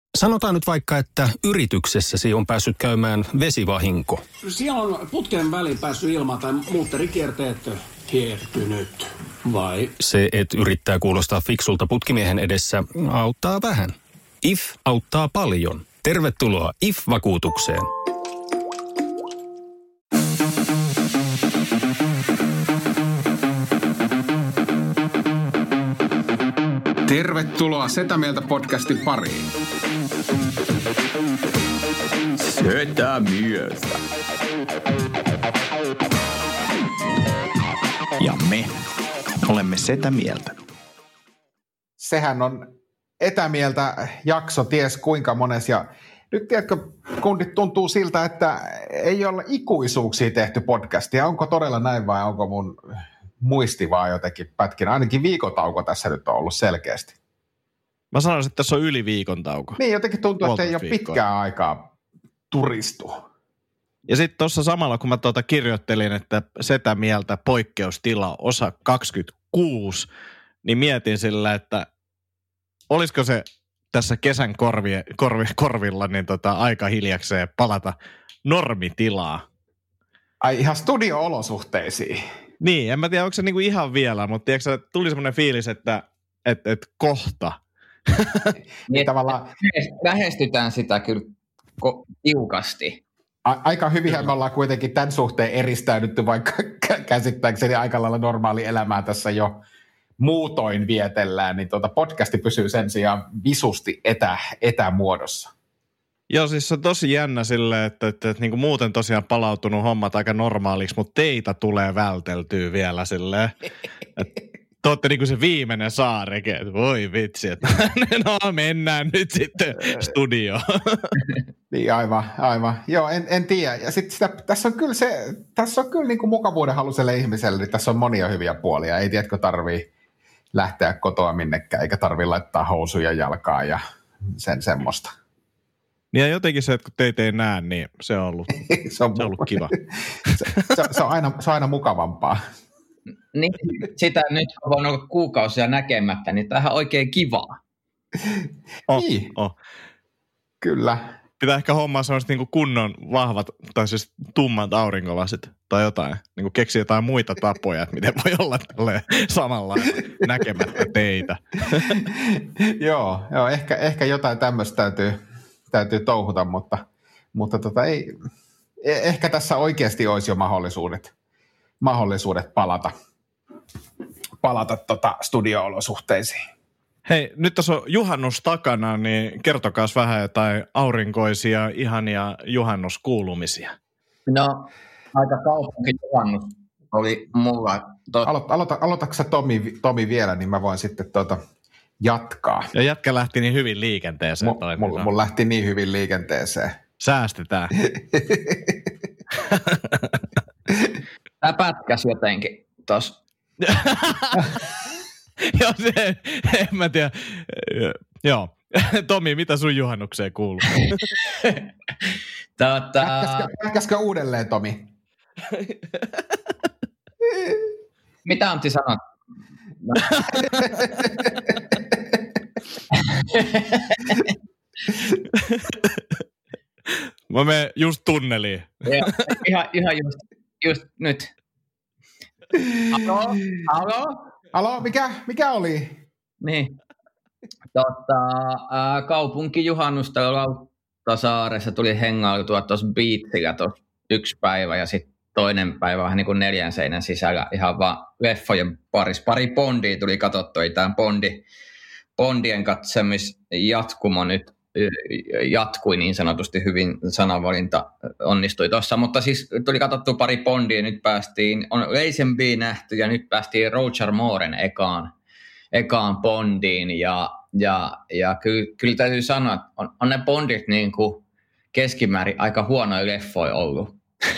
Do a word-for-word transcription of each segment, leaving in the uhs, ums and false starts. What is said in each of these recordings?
Sanotaan nyt vaikka, että yrityksessäsi on päässyt käymään vesivahinko. Siellä on putken väliin päässyt ilma tai muutterikierteet hiertynyt, vai? Se, että yrittää kuulostaa fiksulta putkimiehen edessä, auttaa vähän. I F auttaa paljon. Tervetuloa I F-vakuutukseen. Tervetuloa Setä Mieltä podcastin pariin. Setä Mieltä. Ja me olemme Setä Mieltä. Sehän on etämieltä jakso ties kuinka mones. Ja nyt tiedätkö, kundit, tuntuu siltä, että ei ole ikuisuuksia tehty podcastia. Onko todella näin vai onko mun muisti vaan jotenkin pätkinä? Ainakin viikotauko tässä nyt on ollut selkeästi. Mä sanoisin, että tässä on yli viikon tauko. Niin, jotenkin tuntuu, että ei ole pitkää aikaa turistu. Ja sitten tuossa samalla, kun mä tuota kirjoittelin, että Setä Mieltä poikkeustila osa kaksikymmentäkuusi, niin mietin sillä, että olisiko se tässä kesän korvie, korvi, korvilla niin tota, aika hiljakseen palata normitilaa. Ai ihan studio-olosuhteisiin. Niin, en mä tiedä, onko se niinku ihan vielä, mutta tiedätkö, tuli semmoinen fiilis, että et, et kohta. Niin, tavallaan lähestytään sitä kyllä ko- tiukasti. A- aika hyvinhän me ollaan kuitenkin tämän suhteen eristäydytty, vaikka käsittääkseni aika lailla normaali elämää tässä jo muutoin vietellään, niin tuota podcasti pysyy sen sijaan visusti etä, etämuodossa. Joo, siis se on tosi jännä silleen, että, että, että niin kuin muuten tosiaan palautunut hommat aika normaaliksi, mutta teitä tulee välteltyä vielä silleen, että te olette niin kuin se viimeinen saareke, että voi vitsi, että no mennään nyt sitten studioon. Niin aivan, aivan. Joo, en, en tiedä. Ja sitten sitä, tässä on kyllä se, tässä on kyllä niin kuin mukavuudenhaluiselle ihmiselle, niin tässä on monia hyviä puolia. Ei tiedätkö tarvii lähteä kotoa minnekään, eikä tarvii laittaa housuja jalkaan ja sen semmoista. Niin ja jotenkin se, että kun teitä ei näe, niin se on ollut, se on, se on ollut kiva. se, se, se, on aina, se on aina mukavampaa. Niin, sitä nyt on ollut kuukausia näkemättä, niin tämähän on oikein kivaa. Oh, niin, oh. Kyllä. Pitää ehkä hommaa sellaiset niin kuin kunnon vahvat, tai siis tummat aurinkolasit tai jotain. Niin kuin keksiä jotain muita tapoja, että miten voi olla tälleen samalla näkemättä teitä. joo, joo ehkä, ehkä jotain tämmöistä täytyy, täytyy touhuta, mutta, mutta tota ei, ehkä tässä oikeasti olisi jo mahdollisuudet, mahdollisuudet palata, palata tota studio-olosuhteisiin. Hei, nyt tässä on juhannus takana, niin kertokaas vähän jotain aurinkoisia, ihania juhannuskuulumisia. No, aika kaupunkijuhannus oli mulla. Tot... Aloita, aloita, aloitatko sä Tomi, Tomi vielä, niin mä voin sitten tuota jatkaa. Ja jätkä lähti niin hyvin liikenteeseen. M- mulla mul lähti niin hyvin liikenteeseen. Säästetään. Tää pätkäs jotenkin tossa. Joo, se, en mä tiedä. Joo. Tomi, mitä sun juhannukseen kuuluu? Tota... Pätkäskö uudelleen, Tomi? Mitä Antti sanot? No. Mä menen just tunneliin. Ja, ihan, ihan just, just nyt. Alo? Alo? Alo, mikä, mikä oli? Niin. Tota, ää, kaupunkijuhannusta Lauttasaaressa tuli hengautua tuossa biitsillä tuossa yksi päivä ja sitten toinen päivä vähän niin kuin neljän seinän sisällä ihan vaan leffojen parissa. Pari Bondia tuli katsottua, tämä Bondi, Bondien katsemisjatkumo nyt jatkui niin sanotusti, hyvin sanavalinta onnistui tuossa, mutta siis tuli katsottua pari Bondia, nyt päästiin, on Lazenby nähty ja nyt päästiin Roger Mooren ekaan, ekaan Bondiin ja, ja, ja kyllä, kyllä täytyy sanoa, että on, on ne Bondit niin kuin keskimäärin aika huonoja leffoja ollut.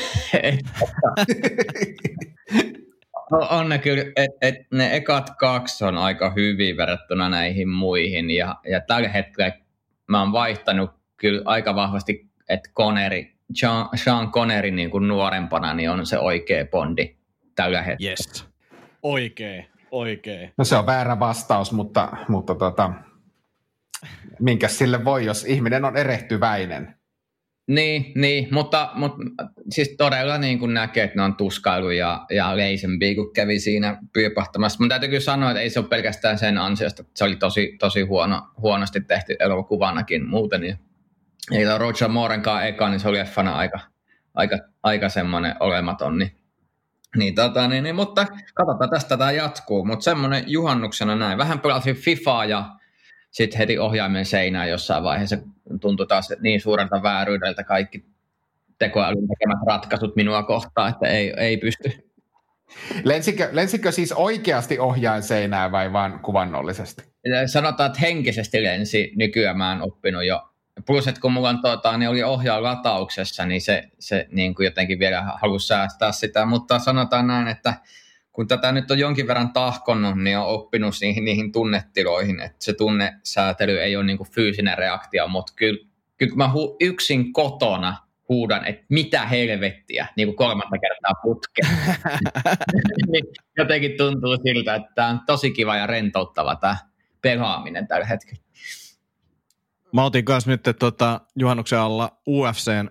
On ne kyllä, että et ne ekat kaksi on aika hyvin verrattuna näihin muihin ja, ja tällä hetkellä mä oon vaihtanut kyllä aika vahvasti, että Connery, Sean, Sean Connery niin kuin nuorempana niin on se oikea Bondi tällä hetkellä. Yes. Oikein, oikein. No se on väärä vastaus, mutta, mutta tota, minkä sille voi, jos ihminen on erehtyväinen. Niin, niin mutta, mutta siis todella niin kuin näkee, että ne on tuskailu ja, ja Lazenby, kun kävi siinä pyypahtamassa. Mun täytyy kyllä sanoa, että ei se ole pelkästään sen ansiosta, että se oli tosi, tosi huono, huonosti tehty elokuvanakin muuten. Ja, ja Roger Moorenkaan eka, niin se oli leffana aika, aika, aika semmoinen olematon. Niin, niin, tota, niin, niin, mutta katsotaan, tästä tämä jatkuu. Mutta semmoinen juhannuksena näin. Vähän pelasin FIFAa ja sitten heti ohjaimen seinään jossain vaiheessa tuntui taas niin suurelta vääryydeltä kaikki tekoälyn tekemät ratkaisut minua kohtaan, että ei, ei pysty. Lensikö, lensikö siis oikeasti ohjain seinään vai vaan kuvannollisesti? Sanotaan, että henkisesti lensi. Nykyään mä oon oppinut jo. Plus, että kun mulla on, tuota, niin oli ohjaa latauksessa, niin se, se niin kuin jotenkin vielä halusi säästää sitä. Mutta sanotaan näin, että kun tätä nyt on jonkin verran tahkonnut, niin on oppinut niihin, niihin tunnetiloihin, että se tunnesäätely ei ole niin kuin fyysinen reaktio, mutta kyllä, kyllä kun mä hu- yksin kotona huudan, että mitä helvettiä, niin kuin kolmatta kertaa putkeen, niin jotenkin tuntuu siltä, että tämä on tosi kiva ja rentouttava tämä pelaaminen tällä hetkellä. Mä otin kanssa nyt tuota, juhannuksen alla U F C:n,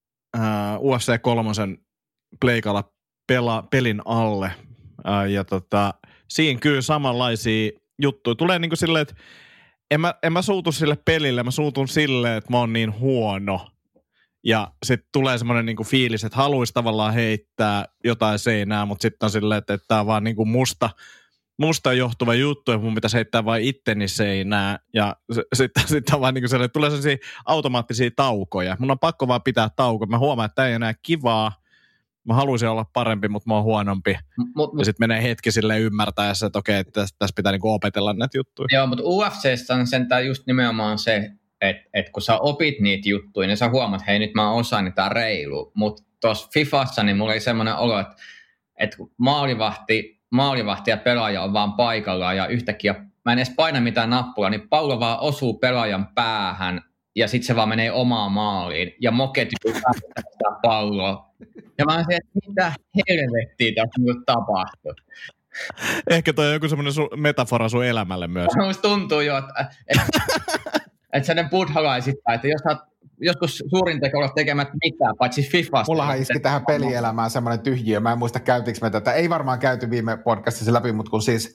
uh, U F C kolmosen pleikalla pela, pelin alle. Uh, ja tota, siinä kyllä samanlaisia juttuja. Tulee niin kuin silleen, että en mä, en mä suutu sille pelille, mä suutun silleen, että mä oon niin huono. Ja sitten tulee semmoinen niin kuin fiilis, että haluaisi tavallaan heittää jotain seinää, mutta sitten on silleen, että tämä on vaan niin kuin musta, musta johtuva juttu, että mun pitäisi heittää vain itteni seinää. Ja sitten sit on vaan niin kuin sellainen, että tulee sellaisia automaattisia taukoja. Mun on pakko vaan pitää tauko. Mä huomaan, että tämä ei enää kivaa. Mä haluaisin olla parempi, mutta mä oon huonompi. Mut, ja sitten menee hetki silleen ymmärtäessä, että okei, että tässä, tässä pitää niinku opetella näitä juttuja. Joo, mutta U F C:ssä on sentään just nimenomaan se, että et kun sä opit niitä juttuja, niin sä huomaat, että hei, nyt mä osaan, niin tää on reilu. Mutta tuossa FIFassa, niin mulla oli semmoinen olo, että et maalivahti, maalivahti ja pelaaja on vaan paikallaan ja yhtäkkiä mä en edes paina mitään nappulaa, niin pallo vaan osuu pelaajan päähän ja sitten se vaan menee omaan maaliin ja moket sitä palloa. Ja mä oon se, että mitä helvettiä tässä nyt tapahtuu. Ehkä toi on joku semmoinen su- metafora sun elämälle myös. Musta tuntuu jo, että et, et sellainen buddhalaisittain, että jos sä joskus suurin teko olla tekemättä mitään, paitsi Fifasta. Mullahan iski tähän pelielämään semmoinen tyhjiö. Mä en muista käytiinkö me tätä. Ei varmaan käyty viime podcastissa läpi, mutta kun siis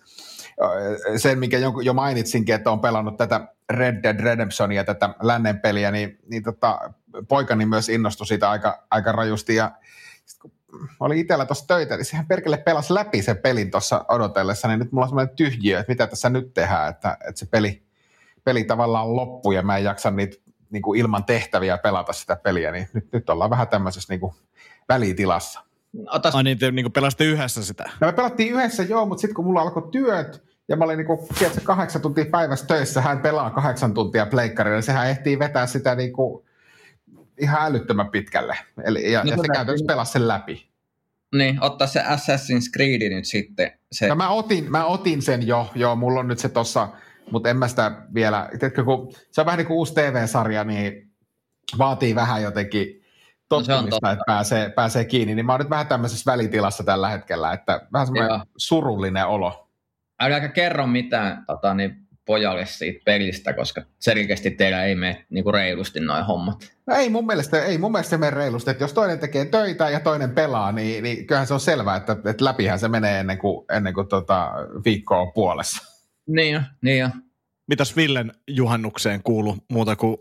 sen, minkä jo mainitsinkin, että on pelannut tätä Red Dead Redemptionia, tätä lännen peliä, niin, niin tota, poikani myös innostui siitä aika, aika rajusti. Ja kun oli itsellä tuossa töitä, niin sehän perkele pelasi läpi sen pelin tuossa odotellessa, niin nyt mulla on semmoinen tyhjiö, että mitä tässä nyt tehdään, että, että se peli, peli tavallaan loppuu ja mä en jaksa niitä niin kuin ilman tehtäviä pelata sitä peliä, niin nyt, nyt ollaan vähän tämmöisessä niin kuin välitilassa. Otas... Ai niin, te niin pelasitte yhdessä sitä? No me pelattiin yhdessä, joo, mutta sitten kun mulla alkoi työt, ja mä olin niin kuin, tiedätkö, kahdeksan tuntia päivässä töissä, hän pelaa kahdeksan tuntia pleikkarilla, sehän ehtii vetää sitä niin kuin ihan älyttömän pitkälle. Eli, ja, no, ja se käytännössä pelasi sen läpi. Niin, ottaa se Assassin's Creed nyt sitten. Se... No mä otin, mä otin sen jo, joo, mulla on nyt se tossa, mutta en mä sitä vielä, tiedätkö, kun se on vähän niin kuin uusi T V-sarja, niin vaatii vähän jotenkin tottumista, no että pääsee, pääsee kiinni, niin mä oon nyt vähän tämmöisessä välitilassa tällä hetkellä, että vähän semmoinen surullinen olo. Älkääkä kerro mitään tota, niin pojalle siitä pelistä, koska selkeästi teillä ei mene niinku reilusti noin hommat. No ei mun mielestä, ei mun mielestä se mene reilusti, että jos toinen tekee töitä ja toinen pelaa, niin, niin kyllähän se on selvää, että, että läpihän se menee ennen kuin, ennen kuin tota, viikkoa on puolessa. Niin jo, niin jo. Mitäs Villen juhannukseen kuuluu muuta kuin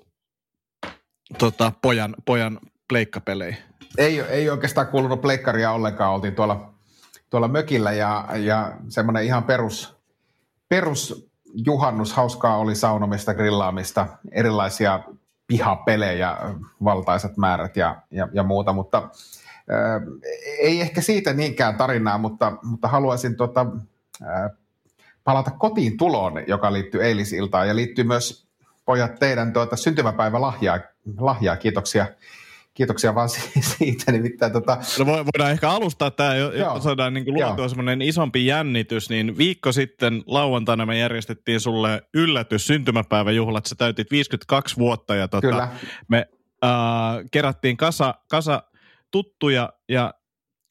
tota, pojan, pojan pleikkapelejä? Ei, ei oikeastaan kuulunut pleikkaria ollenkaan, oltiin tuolla, tuolla mökillä ja, ja semmoinen ihan perus, perus juhannus, hauskaa oli saunomista, grillaamista, erilaisia pihapelejä, valtaiset määrät ja, ja, ja muuta, mutta äh, ei ehkä siitä niinkään tarinaa, mutta, mutta haluaisin tota, äh, palata kotiin tuloon, joka liittyy eilisiltaan ja liittyy myös, pojat, teidän tuota, syntymäpäivä lahjaa, lahjaa. Kiitoksia. Kiitoksia vaan siitä. Nimittäin, tota... no voidaan ehkä alustaa tämä, jotta saadaan niin luotua semmoinen isompi jännitys. Niin viikko sitten lauantaina me järjestettiin sulle yllätys syntymäpäiväjuhlat. Sä täytit viisikymmentäkaksi vuotta ja tota, me äh, kerättiin kasa, kasa tuttuja ja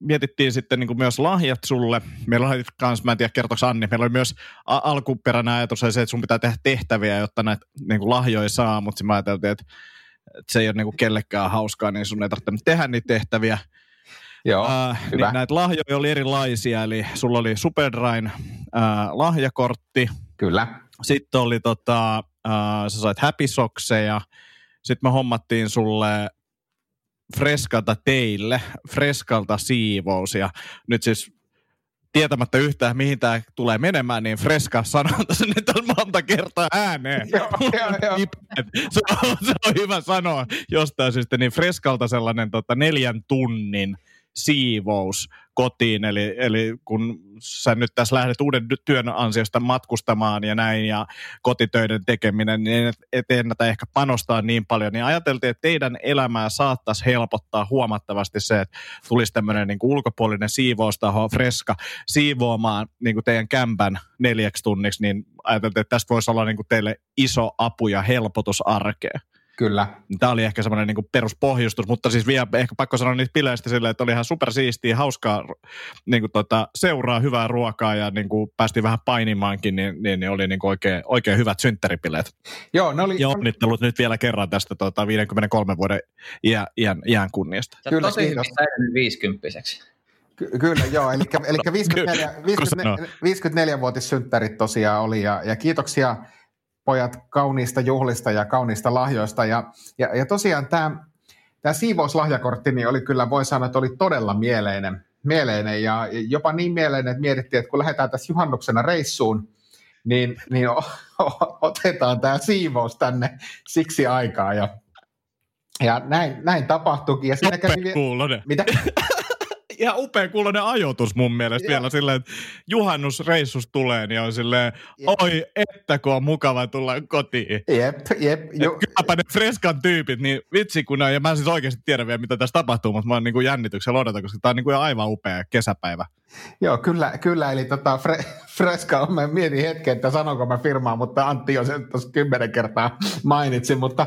mietittiin sitten niin kuin myös lahjat sulle. Meillä oli kans, mä en tiedä kertoiko Anni, meillä oli myös a- alkuperäinen ajatus se, että sun pitää tehdä tehtäviä, jotta näitä niin kuin lahjoja saa, mutta mä ajattelin, että, että se ei ole niin kuin kellekään hauskaa, niin sun ei tarvitse tehdä niitä tehtäviä. Joo, äh, hyvä. Niin näitä lahjoja oli erilaisia, eli sulla oli Superdryn äh, lahjakortti. Kyllä. Sitten oli tota, äh, sä sait Happy Sockseja. Sitten me hommattiin sulle Freskalta teille, Freskalta siivous. Ja nyt siis tietämättä yhtään, mihin tämä tulee menemään, niin Freska sanoo tässä nyt on monta kertaa ääneen. Joo, joo, joo. Se, on, se on hyvä sanoa jostain syystä, niin Freskalta sellainen tota, neljän tunnin siivous kotiin, eli, eli kun sä nyt tässä lähdet uuden työn ansiosta matkustamaan ja näin, ja kotitöiden tekeminen, niin et, et ennätä ehkä panostaa niin paljon, niin ajateltiin, että teidän elämää saattaisi helpottaa huomattavasti se, että tulisi tämmöinen niin kuin ulkopuolinen siivoustaho, Freska, siivoamaan niin kuin teidän kämpän neljäksi tunniksi, niin ajateltiin, että tästä voisi olla niin kuin teille iso apu ja helpotus arkeen. Kyllä. Tämä oli ehkä semmoinen niin kuin peruspohjustus, mutta siis vielä ehkä pakko sanoa niistä bileistä silleen, että oli ihan supersiistiä, hauskaa niin kuin tota, seuraa hyvää ruokaa ja niin kuin päästiin vähän painimaankin, niin, niin, niin oli niin kuin oikein, oikein hyvät synttäripileet. Joo, ne oli... Ja onnittelut nyt vielä kerran tästä tota, viidenkymmenenkolmen vuoden iän, iän, iän kunniasta. Sä kyllä, tosi hyvin säilynyt viisikymppiseksi. Ky- kyllä, joo. Eli, eli viisikymmentäneljä-vuotissynttärit tosiaan oli ja, ja kiitoksia pojat kauniista juhlista ja kauniista lahjoista. Ja, ja, ja tosiaan tämä, tämä siivouslahjakortti niin oli kyllä, voi sanoa, että oli todella mieleinen, mieleinen ja jopa niin mieleinen, että mietittiin, että kun lähdetään tässä juhannuksena reissuun, niin, niin o, o, otetaan tämä siivous tänne siksi aikaa. Ja, ja näin, näin tapahtuikin. Ja siinä kävi... Kuulonen. Mitä? Ihan upea kuuloinen ajoitus mun mielestä vielä silleen, että juhannusreissus tulee, niin on silleen, jep. Oi, että kun on mukava tulla kotiin. Jep, jep. Ju- Kylläpä ne Freskan tyypit, niin vitsi kun ne, ja mä en siis oikeasti tiedä vielä, mitä tässä tapahtuu, mutta mä oon niin kuin jännityksellä odotan, koska tää on niin kuin aivan upea kesäpäivä. Joo, kyllä, kyllä eli tota Fre- Freska, mä mietin hetken, että sanonko mä firmaa, mutta Antti jo sen tuossa kymmenen kertaa mainitsin, mutta...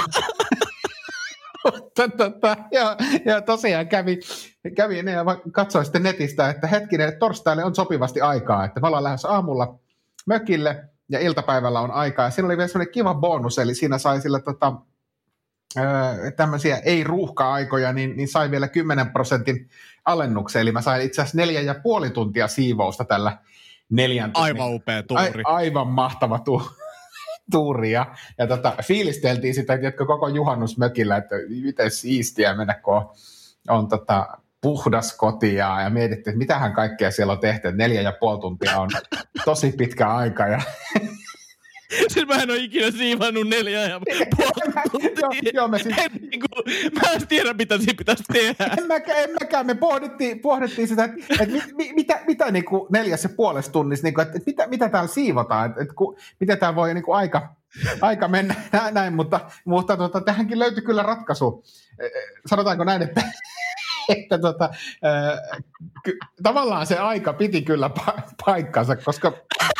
Tota, ja, ja tosiaan kävi, kävi ja katsoin sitten netistä, että hetkinen, että torstaille on sopivasti aikaa, että me ollaan lähdössä aamulla mökille ja iltapäivällä on aikaa. Ja siinä oli vielä semmoinen kiva bonus, eli siinä sai sillä tota, tämmöisiä ei-ruuhka-aikoja, niin, niin sai vielä kymmenen prosentin alennuksen, eli mä sain itse asiassa neljä ja puoli tuntia siivousta tällä neljän tunnin. Aivan upea tuuri. A, aivan mahtava tuuri. tuuria. Ja tota, fiilisteltiin sitä, että koko juhannusmökillä, että miten siistiä mennä, kun on, on tota, puhdas koti ja, ja mietittiin, että mitähän kaikkea siellä on tehty. Että neljä ja puoli tuntia on tosi pitkä aika. Ja... Siis mä en ole ikinä siivannut neljä ja puoli tuntia. joo, joo, me siis... en, niin kuin, mä en tiedä, mitä siinä pitäisi tehdä. En mäkään, en mäkään. Me pohdittiin, pohdittiin sitä, että, että mit, mit, mitä, mitä niin kuin neljäs ja puolessa tunnissa, niin kuin, että mitä, mitä täällä siivotaan, että, että ku, miten täällä voi niin kuin aika, aika mennä näin, mutta, mutta tuota, tähänkin löytyi kyllä ratkaisu. Sanotaanko näin, että, että tuota, äh, ky, tavallaan se aika piti kyllä pa- paikkansa, koska...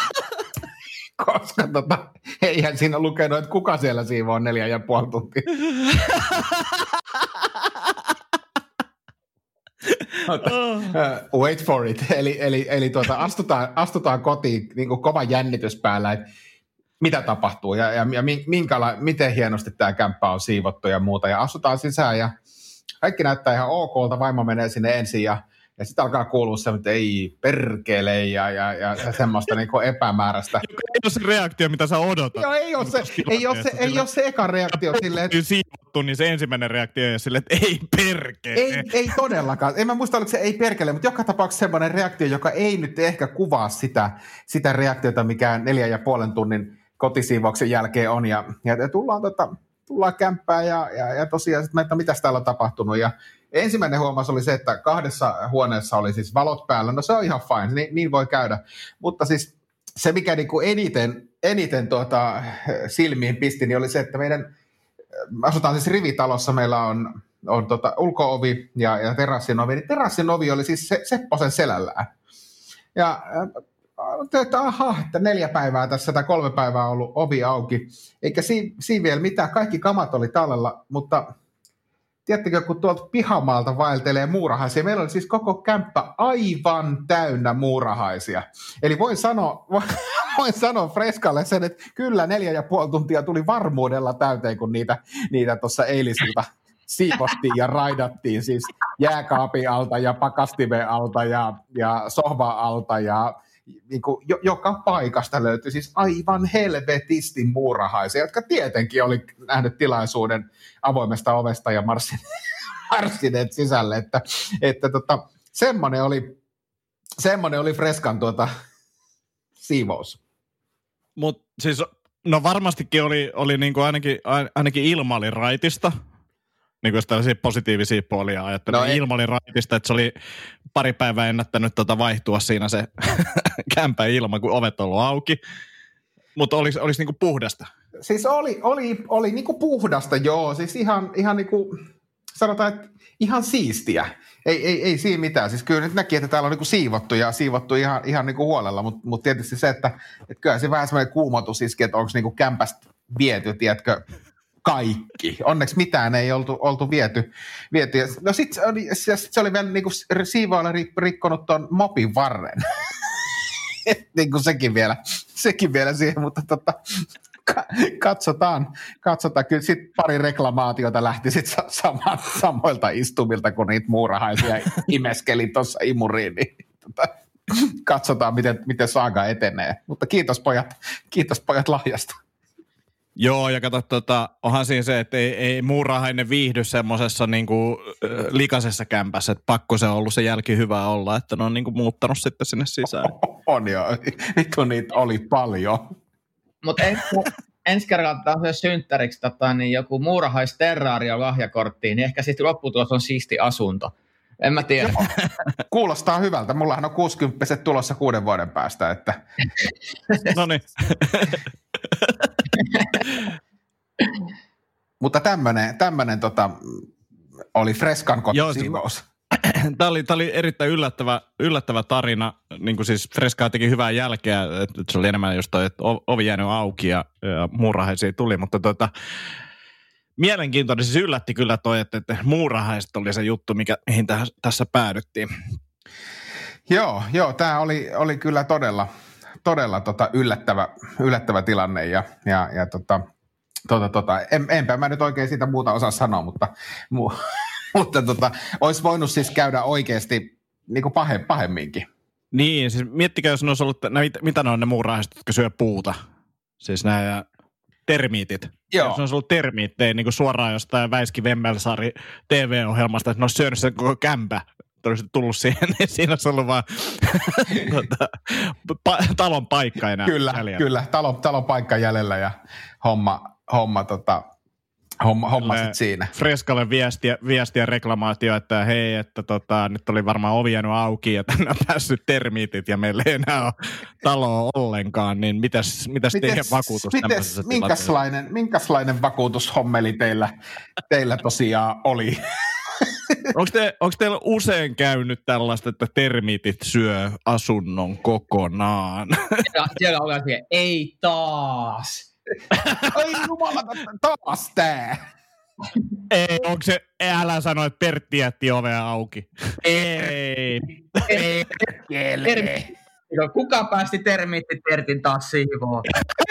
Koska tota, eihän siinä lukenut, että kuka siellä siivoo neljä ja puoli tuntia. uh, wait for it. Eli, eli, eli tuota, astutaan, astutaan kotiin niin kuin kova jännitys päällä, että mitä tapahtuu ja, ja, ja minkäla, miten hienosti tämä kämppä on siivottu ja muuta. Ja astutaan sisään ja kaikki näyttää ihan okolta. Vaimo menee sinne ensin ja Ja sitten alkaa kuulua se, että ei perkele ja, ja, ja semmoista niinku epämääräistä. Joka ei ole se reaktio, mitä sä odotat. Joo, ei ole se, ei ole se, ei ole se eka reaktio silleen, että... siivottu, niin se ensimmäinen reaktio on silleen, että ei perkele. Ei, ei todellakaan. En mä muista, oliko se ei perkele, mutta joka tapauksessa semmoinen reaktio, joka ei nyt ehkä kuvaa sitä, sitä reaktiota, mikä neljän ja puolen tunnin kotisiivauksen jälkeen on. Ja, ja tullaan, tota, tullaan kämppään ja, ja, ja tosiaan sitten, että mitäs täällä on tapahtunut. Ja ensimmäinen huomaus oli se, että kahdessa huoneessa oli siis valot päällä. No se on ihan fine, niin, niin voi käydä. Mutta siis se, mikä niinku eniten, eniten tuota, silmiin pisti, niin oli se, että meidän, asutaan siis rivitalossa, meillä on, on tota ulko-ovi ja, ja terassin ovi. Niin terassin ovi oli siis se, Sepposen selällään. Ja että aha, että neljä päivää tässä tai kolme päivää on ollut ovi auki. Eikä siinä, siinä vielä mitään, kaikki kamat oli tallella, mutta tiedättekö, kun tuolta pihamaalta vaeltelee muurahaisia, meillä oli siis koko kämppä aivan täynnä muurahaisia. Eli voin sanoa, voin sanoa Freskalle sen, että kyllä neljä ja puoli tuntia tuli varmuudella täyteen, kun niitä niitä tuossa eilisiltä siivottiin ja raidattiin siis jääkaapin alta ja pakastimen alta ja, ja sohvan alta ja niin kuin jo, joka paikasta löytyi siis aivan helvetisti muurahaisia, jotka tietenkin oli nähnyt tilaisuuden avoimesta ovesta ja marssineet sisälle, että, että tota, semmoinen oli, semmoinen oli Freskan tuota siivous. Mut siis, no varmastikin oli, oli niinku ainakin, ainakin ilma oli raitista. Niin kuin tällaisia positiivisia puolia ajattelin. No ilma oli raitista, että se oli pari päivää ennättänyt tota vaihtua siinä se kämpä ilma, kun ovet on ollut auki. Mutta olisi, olisi niinku puhdasta. Siis oli, oli, oli niinku puhdasta, joo. Siis ihan, ihan niinku, sanotaan, että ihan siistiä. Ei, ei, ei siinä mitään. Siis kyllä nyt näki, että täällä on niinku siivottu ja siivottu ihan, ihan niinku huolella. Mutta mut tietysti se, että et kyllä se vähän semmoinen kuumotus iski, että onko niinku kämpästä viety, tiedätkö, kaikki. Onneksi mitään ei oltu, oltu viety. viety. No sitten se oli, sit se oli vielä niin kuin siivoilla rikkonut tuon mopin varren. niin kuin sekin vielä, sekin vielä siihen, mutta tota, katsotaan, katsotaan. Kyllä sitten pari reklamaatiota lähti sitten sama, samoilta istumilta, kun niitä muurahaisia imeskeli tuossa imuriin. Niin, tota, katsotaan, miten, miten saaga etenee. Mutta kiitos pojat, kiitos pojat lahjasta. Joo, ja kato, tota, onhan siinä se, että ei, ei muurahainen viihdy semmoisessa niinku, äh, likaisessa kämpässä, että pakko se on ollut se jälki hyvä olla, että ne on niinku muuttanut sitten sinne sisään. On joo, vittu niitä oli paljon. Mutta ensi, ensi kerralla tämmöisen synttäriksi tota, niin joku muurahaisterraario lahjakorttiin, niin ehkä sitten lopputulos on siisti asunto. En mä tiedä. Kuulostaa hyvältä. Mullahan on kuusikymppiset tulossa kuuden vuoden päästä, että... No niin. Mutta tämmönen, tämmönen tota, oli Freskan kotisiivous. Tämä oli, tämä oli erittäin yllättävä, yllättävä tarina. Niin kuin siis Freskaa teki hyvää jälkeä, että se oli enemmän just toi, että ovi jäänyt auki ja, ja muurahaisia tuli, mutta tota, mielenkiintoinen, siis yllätti kyllä toi, että, että muurahaiset oli se juttu, mikä, mihin täh, tässä päädyttiin. Joo, joo, tämä oli, oli kyllä todella, todella tota yllättävä, yllättävä tilanne ja, ja, ja tota, tota, tota, en, enpä mä nyt oikein siitä muuta osaa sanoa, mutta, mu, mutta tota, olisi voinut siis käydä oikeasti niin kuin pahe, pahemminkin. Niin, siis miettikää, jos ne olisi ollut, mitä ne on ne muurahaiset, jotka syö puuta, siis nämä termiitit. Joo. Jos ne olisi ollut termiittejä niin kuin suoraan jostain Väiski Vemmelsaari T V-ohjelmasta, että ne olisi syönyt sen koko kämpä. Olisi tullut siihen, niin siinä olisi ollut vaan tota, pa- talon paikka enää. Kyllä, jäljellä. kyllä. Talon, talon paikka jäljellä ja homma, homma, tota, homma, homma sitten siinä. Freskalle viestiä, viestiä reklamaatio, että hei, että tota, nyt oli varmaan ovi jäänyt auki ja tänne on päässyt termiitit ja meillä ei enää ole taloa ollenkaan, niin mitäs, mitäs, mitäs teidän vakuutus mitäs, tämmöisessä minkäslainen, minkäslainen vakuutushommeli teillä, teillä tosiaan oli? Onko, te, onko teillä usein käynyt tällaista, että termiitit syö asunnon kokonaan? Ja siellä on siihen, ei taas. Ai jumalata, taas tää. Ei, onko se, älä sano, että Pertti jätti ovea auki. Ei. Ei. Termi. Kuka päästi termiitti Pertin taas siivoon?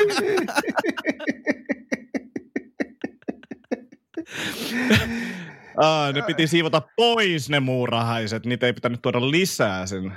Ah, ne piti siivota pois ne muurahaiset, niitä ei pitänyt tuoda lisää sen.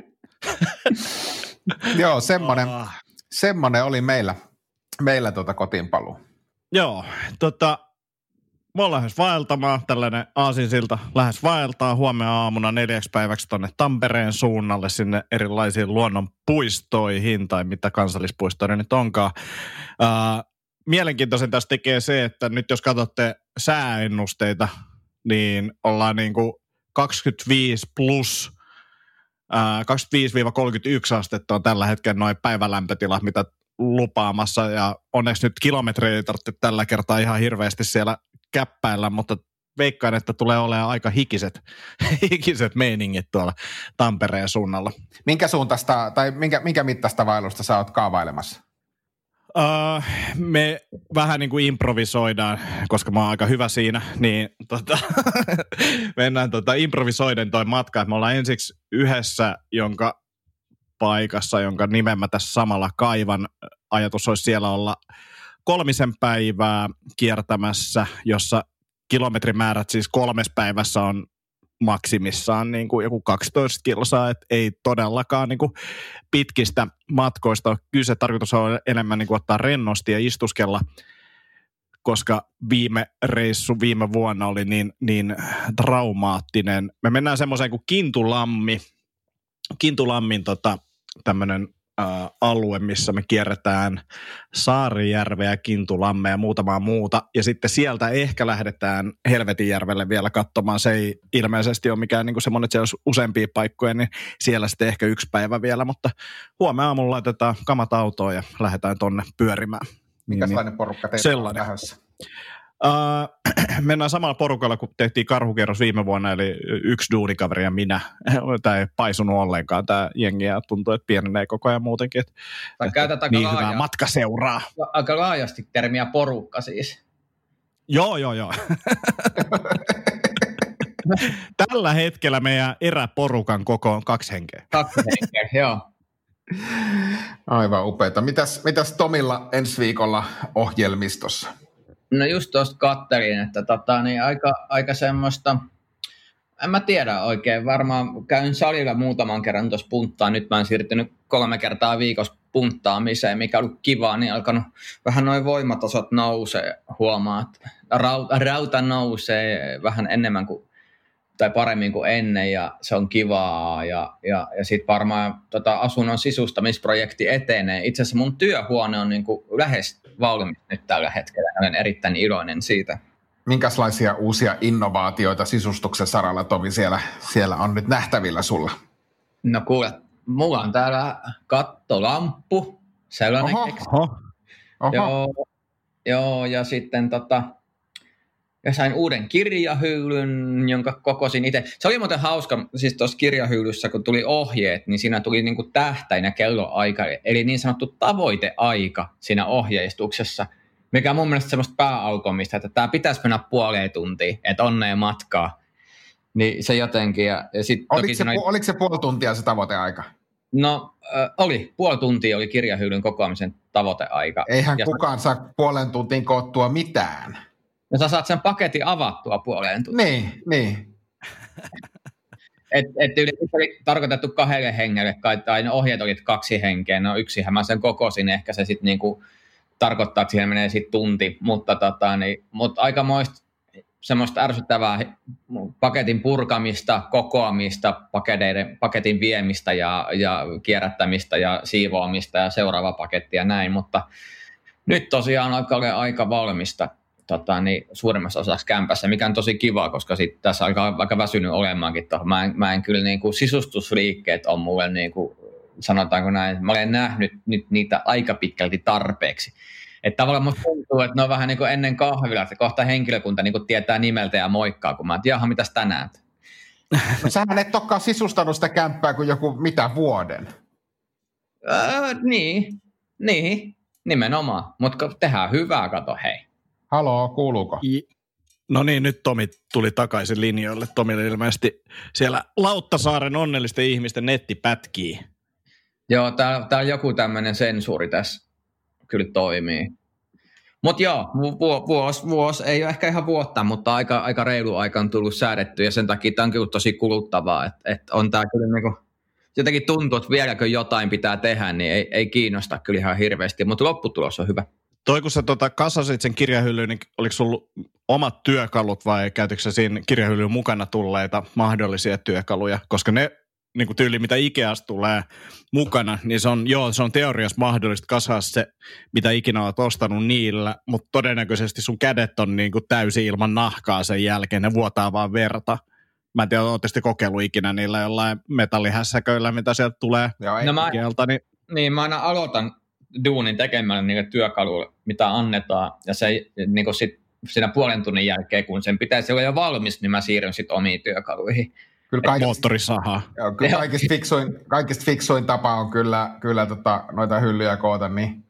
Joo, semmoinen, ah. semmoinen oli meillä, meillä tuota kotiinpaluu. Joo, tota, me ollaan lähes vaeltamaan, tällainen aasinsilta lähes vaeltaa huomenna aamuna neljäksi päiväksi tuonne Tampereen suunnalle sinne erilaisiin luonnonpuistoihin tai mitä kansallispuistoja nyt onkaan. Uh, mielenkiintoisen tässä tekee se, että nyt jos katsotte sääennusteita, niin ollaan niin kuin kaksikymmentäviisi plus, ää, kaksikymmentäviisi kolmekymmentäyksi astetta on tällä hetkellä noin päivälämpötilat, mitä lupaamassa. Ja onneksi nyt kilometrejä ei tarvitse tällä kertaa ihan hirveästi siellä käppäillä, mutta veikkaan, että tulee olemaan aika hikiset, hikiset meiningit tuolla Tampereen suunnalla. Minkä suuntaista tai minkä, minkä mittaista vaellusta sä oot kaavailemassa? Uh, me vähän niin kuin improvisoidaan, koska mä oon aika hyvä siinä, niin tota, mennään tota improvisoiden toi matka. Me ollaan ensiksi yhdessä, jonka paikassa, jonka nimen mä tässä samalla kaivan. Ajatus olisi siellä olla kolmisen päivää kiertämässä, jossa kilometrimäärät siis kolmes päivässä on maksimissaan niin kuin joku kaksitoista kilsaa, että ei todellakaan niin kuin pitkistä matkoista ole kyse. Tarkoitus on enemmän niin kuin ottaa rennosti ja istuskella, koska viime reissu viime vuonna oli niin, niin traumaattinen. Me mennään semmoiseen kuin Kintulammi, Kintulammin tota, tämmöinen ä, alue, missä me kierretään Saarijärveä, Kintulammea ja muutamaa muuta. Ja sitten sieltä ehkä lähdetään Helvetinjärvelle vielä katsomaan. Se ei ilmeisesti ole mikään niin kuin semmoinen, että siellä olisi useampia paikkoja, niin siellä sitten ehkä yksi päivä vielä. Mutta huomenna aamulla laitetaan kamat autoon ja lähdetään tonne pyörimään. Mikäslainen niin, porukka teillä on lähdössä? Uh, mennään samalla porukalla, kun tehtiin karhukierros viime vuonna, eli yksi duunikaveri ja minä. Tämä ei paisunut ollenkaan, tämä jengi, ja tuntuu, että pienenee koko ajan muutenkin. Että, että niin hyvää matka seuraa. Aika laajasti termiä porukka siis. Joo, joo, joo. Tällä hetkellä meidän eräporukan koko on kaksi henkeä. Kaksi henkeä, joo. Aivan upeata. Mitäs, mitäs Tomilla ensi viikolla ohjelmistossa? No just tuosta kattelin, että tota, niin aika, aika semmoista, en mä tiedä oikein, varmaan käyn salilla muutaman kerran tuossa punttaan, nyt mä oon siirtynyt kolme kertaa viikossa punttaamiseen, mikä on ollut kivaa, niin alkanut vähän noin voimatasot nousee, huomaat, rauta, rauta nousee vähän enemmän kuin, tai paremmin kuin ennen, ja se on kivaa, ja, ja, ja sitten varmaan tota, asunnon sisustamisprojekti etenee. Itse asiassa mun työhuone on niin kuin lähes valmis nyt tällä hetkellä, olen erittäin iloinen siitä. Minkälaisia uusia innovaatioita sisustuksen saralla, Tomi, siellä, siellä on nyt nähtävillä sulla? No kuule, mulla on täällä kattolamppu, sellainen. Oho, oho, oho. Joo, joo, ja sitten tota, ja sain uuden kirjahyllyn, jonka kokosin itse. Se oli muuten hauska, siis tuossa kirjahyllyssä, kun tuli ohjeet, niin siinä tuli niinku tähtäinä kelloaika, eli niin sanottu tavoiteaika siinä ohjeistuksessa, mikä on mun mielestä semmoista pääaukomista, että tämä pitäisi mennä puoleen tuntiin, että onnea matkaa. Niin se jotenkin. Ja, ja sit oliko, toki se, oli, oliko se puoli tuntia se tavoiteaika? No äh, oli, puoli tuntia oli kirjahyllyn kokoamisen tavoiteaika. Eihän ja kukaan saa puolen tuntiin koottua mitään. No sä saat sen paketin avattua puoleen tuntiin. Niin, niin. Et, et oli tarkoitettu kahdelle hengelle, tai ne ohjeet olivat kaksi henkeä, no yksihän mä sen kokosin, ehkä se sitten niinku tarkoittaa, että siihen menee sitten tunti, mutta tota, niin, mut aikamoista semmoista ärsyttävää paketin purkamista, kokoamista, paketin, paketin viemistä ja, ja kierrättämistä ja siivoamista ja seuraava paketti ja näin, mutta nyt tosiaan alkaa olla aika valmista. Tota, niin suurimmassa osassa kämpässä, mikä on tosi kiva, koska sit tässä on aika, aika väsynyt olemaankin tuohon. Mä en, mä en kyllä niin kuin, sisustusliikkeet on mulle, niin kuin, sanotaanko näin, mä olen nähnyt nyt niitä aika pitkälti tarpeeksi. Että tavallaan musta tuntuu, että ne on vähän niin kuin ennen kahvilla, että kohta henkilökunta niin kuin tietää nimeltä ja moikkaa, kun mä oon, jaha, mitäs tänään? No sähän et olekaan sisustanut sitä kämppää kuin joku mitä vuoden. Öö, niin, niin, nimenomaan, mutta tehdään hyvää, kato, hei. Haloo, kuuluuko? No niin, nyt Tomi tuli takaisin linjoille. Tomille ilmeisesti siellä Lauttasaaren onnellisten ihmisten netti pätkii. Joo, täällä tää joku tämmöinen sensuuri tässä kyllä toimii. Mutta joo, vu- vuosi vuos, ei ole ehkä ihan vuotta, mutta aika, aika reilu aika on tullut säädetty ja sen takia tämä on kyllä tosi kuluttavaa. Että et on tää kyllä niinku, jotenkin tuntuu, että vieläkö jotain pitää tehdä, niin ei, ei kiinnosta kyllä ihan hirveästi, mutta lopputulos on hyvä. Toi, kun sä tota, kasasit sen kirjahyllyyn, niin oliko sulla omat työkalut vai käytitkö sä siinä kirjahyllyyn mukana tulleita mahdollisia työkaluja? Koska ne niin kuin tyyli, mitä Ikeasta tulee mukana, niin se on, joo, se on teoriassa mahdollista kasaa se, mitä ikinä olet ostanut niillä, mutta todennäköisesti sun kädet on niin kuin täysin ilman nahkaa sen jälkeen, ne vuotaa vaan verta. Mä en tiedä, ootte sitten kokeillut ikinä niillä jollain metallihässäköillä, mitä sieltä tulee no Ikealta. Niin... niin mä aina aloitan duunin tekemällä niille työkaluille, mitä annetaan, ja se niin kuin sit, siinä puolen tunnin jälkeen, kun sen pitäisi olla jo valmis, niin mä siirryn sitten omiin työkaluihin. Kyllä kaikista, moottorisahaa. Joo, kyllä kaikista fiksuin, kaikista fiksuin tapa on kyllä, kyllä tota, noita hyllyjä koota niin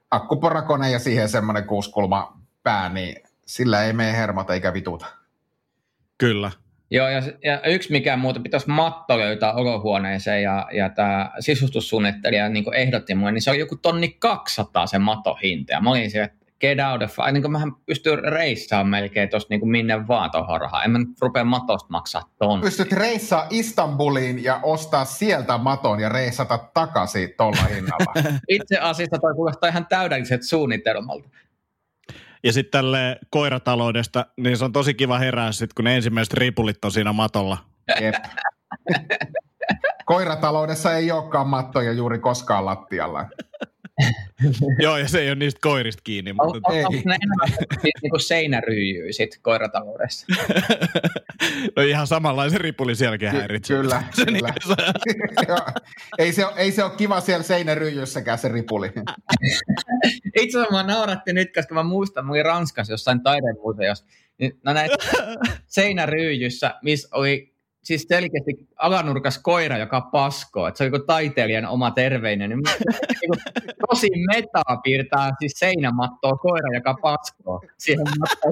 akkuporakone ja siihen semmoinen kuusikulma pää, niin sillä ei mene hermot eikä vituta. Kyllä. Joo, ja, ja yksi mikä muuta, pitäisi matto löytää olohuoneeseen, ja, ja tämä sisustussuunnittelija niin ehdotti mulle, niin se on joku tonni kaksisataa se matohinta, ja mä olin siellä, että get out of, niin kuin mähän pystyn reissaamaan melkein tuosta niin minne vaan tohon rahaa, en mä nyt rupea matosta maksaa tonni. Pystyt reissaa Istanbuliin ja ostaa sieltä maton ja reissata takaisin tuolla hinnalla. Itse asiassa toi kuulostaa ihan täydelliset suunnitelmalta. Ja sitten tälle koirataloudesta, niin se on tosi kiva herää sit, kun ne ensimmäiset ripulit on siinä matolla. Jep. Koirataloudessa ei olekaan mattoja juuri koskaan lattialla. Joo, ja se ei ole niistä koirista kiinni. Mutta... Mutta... Onko ne enemmän niin seinäryijyy sit koirataloudessa? No ihan samanlaisen ripuli sielläkin häiritsee. Ky- kyllä, se kyllä. ei, se ole, ei se ole kiva siellä seinäryijyssäkään se ripuli. Itse asiassa mä nauratti nyt, koska mä muistan, mä olin Ranskassa jossain taidemuseossa. No näin seinäryijyssä, missä oli siis selkeästi alanurkas koira, joka paskoo. Että se oli kuin taiteilijan oma terveinen. Niin tosi metaa piirtää siis seinämattoa koira, joka paskoo siihen mattoon.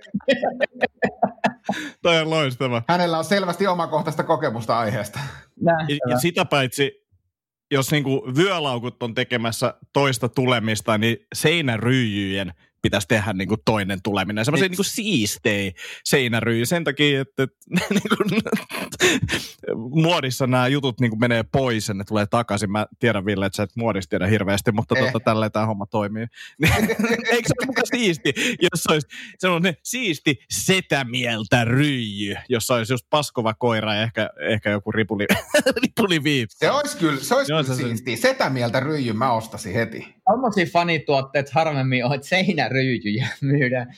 Toi on loistava. Hänellä on selvästi omakohtaista kokemusta aiheesta. Ja, ja sitä paitsi, jos niinku vyölaukut on tekemässä toista tulemista, niin seinäryijyjen pitäisi tehdä niinku toinen tuleminen. Semmoisia niinku siistejä seinäryijyjä. Sen takia, että, että niinku, muodissa nämä jutut niinku menee pois ja ne tulee takaisin. Mä tiedän, Ville, että sä et muodista tiedä hirveästi, mutta eh. totta, tälleen tämä homma toimii. Eikö se ole mukaan siisti, jos olisi semmoinen siisti setämieltä ryijy, jossa olisi just paskova koira ja ehkä, ehkä joku ripuli, ripuli viipsi. Se olisi kyllä, se olisi kyllä siistiä. Setämieltä ryijy mä ostasin heti. Tommosia fanituotteet harvemmin on, että seinäryijyjä myydään.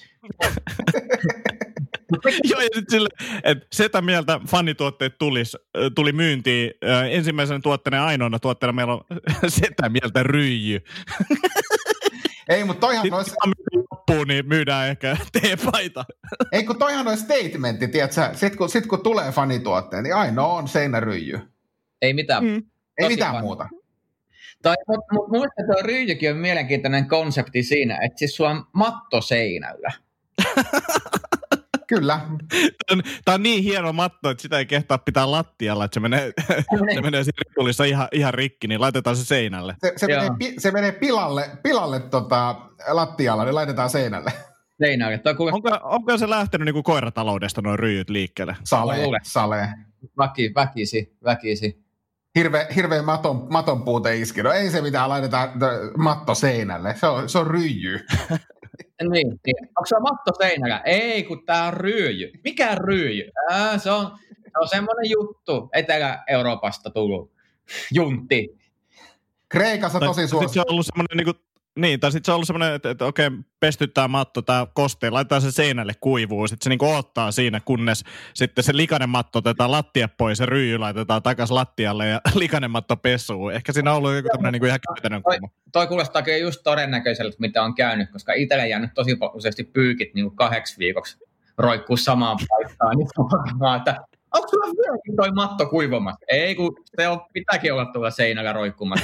Joo, ja sitten sille, että setä mieltä fanituotteet tulis, tuli myyntiin. Ensimmäisenä tuotteena ja ainoana tuotteena meillä on setä mieltä ryijy. Ei, mutta toihan sitten olisi... loppuu, niin myydään ehkä teepaita. Ei, kun toihan olisi statementti, tiedätkö? Sitten kun, sit kun tulee fanituotteet, niin ainoa on seinäryijy. Ei mitään. Mm. Ei mitään fan. muuta. Tai, mutta mut, muista tuo ryijykin on mielenkiintoinen konsepti siinä, että siis sulla on matto seinällä. Kyllä. Tämä on niin hieno matto, että sitä ei kehtaa pitää lattialla, että se menee, se menee siinä ripulissa ihan, ihan rikki, niin laitetaan se seinälle. Se, se, menee, se menee pilalle, pilalle tota, lattialla, niin laitetaan seinälle. Seinälle. Kuule... Onko, onko se lähtenyt niin kuin koirataloudesta noin ryijyt liikkeelle? Sale, sale. Väki, väkisi, väkisi. Hirveä, hirveä maton, maton puute iski. No ei se mitään, laitetaan matto seinälle. Se on, se on ryijy. Niin, niin. Onko se matto seinällä? Ei, kun tää on ryijy. Mikä ryijy? Ää, se on, se on semmoinen juttu. Etelä-Euroopasta tullut juntti. Kreikassa tosi suosittu. Se on ollut semmoinen niinku... Niin, tai sitten se on ollut semmoinen, että, että okei, pestyttää matto, tää kosteen, laitetaan se seinälle kuivuu, sitten se niinku odottaa siinä, kunnes sitten se likainen matto otetaan lattia pois ja ryijy laitetaan takaisin lattialle ja likainen matto pesuu. Ehkä siinä on ollut joku tämmöinen niinku ihan käytännön toi, kulma. toi kuulostaa kyllä just todennäköiseltä, mitä on käynyt, koska itselle jäänyt tosi useasti pyykit niinku kahdeksi viikoksi roikkuu samaan paikkaan, niin varmaan, että onko sulla vieläkin toi matto kuivumassa? Ei, kun se on, pitääkin olla tuolla seinällä roikkumassa.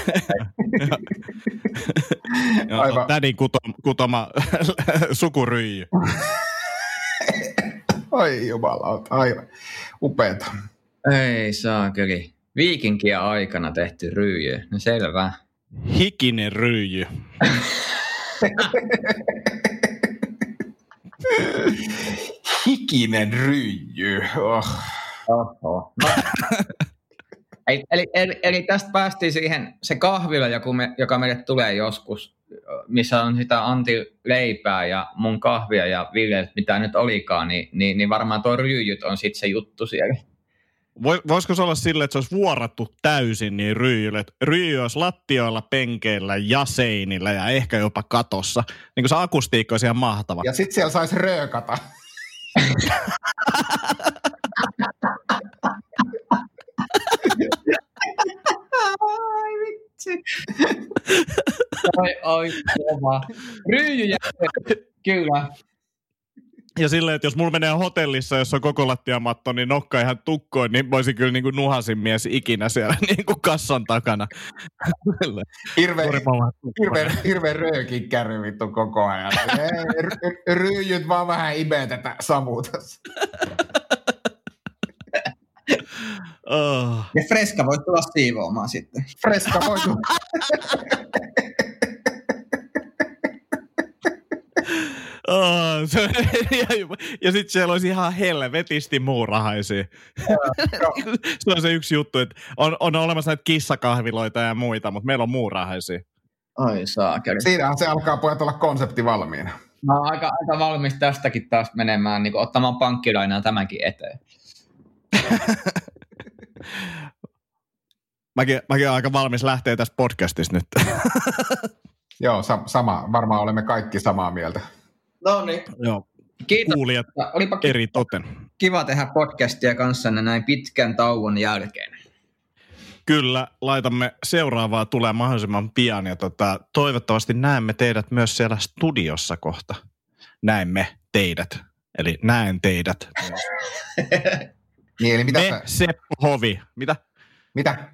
Joo, tädin kutoma, kutoma sukuryijy. Oi jumalauta, aivan upeeta. Ei saa kyllä. Viikinkien aikana tehty ryijy. No selvä. Hikinen ryijy. Hikinen ryijy. Oh. Oho. No. Eli, eli, eli tästä päästiin siihen, se kahvila, joka, me, joka meille tulee joskus, missä on sitä Antti leipää ja mun kahvia ja Ville, mitä nyt olikaan, niin, niin, niin varmaan tuo ryijyt on sitten se juttu siellä. Voisiko se olla silleen, että se olisi vuorattu täysin niin ryijylle, että ryijy olisi lattioilla, penkeillä ja seinillä ja ehkä jopa katossa. Niin kuin se akustiikka olisi ihan mahtava. Ja sitten siellä saisi röökata. Ai vitsi. Oi, oi, kova. Ryijyjä, kyllä. Ja silleen, että jos mulla menee hotellissa, jos on koko lattiamatto, niin nokka ihan tukkoon, niin voisi kyllä niin kuin nuhasin mies ikinä siellä niin kuin kassan takana. Hirveä hirve, hirve röökin kärry vittu koko ajan. Ei, ryyjyt vaan vähän imee tätä samuutas. Oh. Ja Freska voi tulla siivoamaan sitten. Freska voi tulla. Oh, se, ja ja sitten siellä olisi ihan helvetisti muurahaisia. Se on se yksi juttu, että on, on olemassa näitä kissakahviloita ja muita, mutta meillä on muurahaisia. Ai saakeli. Siinähän se alkaa pojat olla konsepti valmiina. Mä oon aika, aika valmis tästäkin taas menemään, niin ottamaan pankkilainaa tämänkin eteen. mäkin, mäkin olen aika valmis lähteä tästä podcastista nyt. Joo, sa- sama. Varmaan olemme kaikki samaa mieltä. No niin. Joo. Kiitos. Kuulijat Olipa eri toten. Kiva tehdä podcastia kanssanne näin pitkän tauon jälkeen. Kyllä, laitamme seuraavaa tulee mahdollisimman pian ja tota, toivottavasti näemme teidät myös siellä studiossa kohta. Näemme teidät, eli näen teidät. Niin, eli mitä Me, sä... Seppo Hovi. Mitä? Mitä?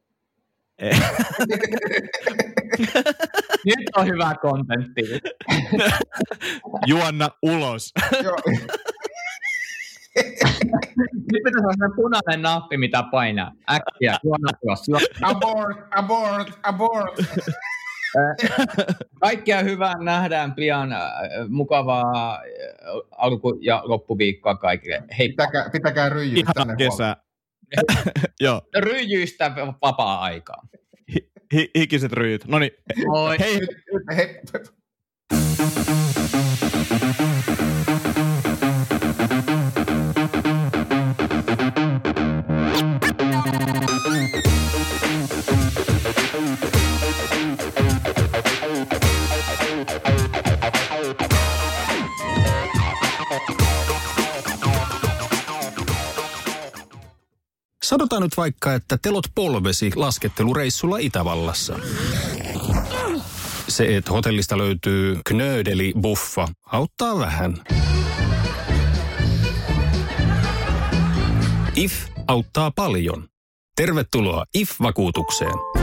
Nyt on hyvä kontentti. Juonna ulos. Joo. Nyt pitäisi olla sellainen punainen nappi, mitä painaa. Äkkiä, juona ulos. Abort, abort, abort. Kaikkea hyvää, nähdään pian. Mukavaa alku- ja loppuviikkoa kaikille. Hei. Pitäkää, pitäkää ryijyt Ihan tänne kesä. Joo. Ryijyistä vapaa-aikaa. Hi- hikiset ryijyt. No niin. Moi. Hei. Hei. Sanotaan nyt vaikka, että telot polvesi laskettelureissulla Itävallassa. Se, että hotellista löytyy knöydeli-buffa, auttaa vähän. I F auttaa paljon. Tervetuloa I F-vakuutukseen.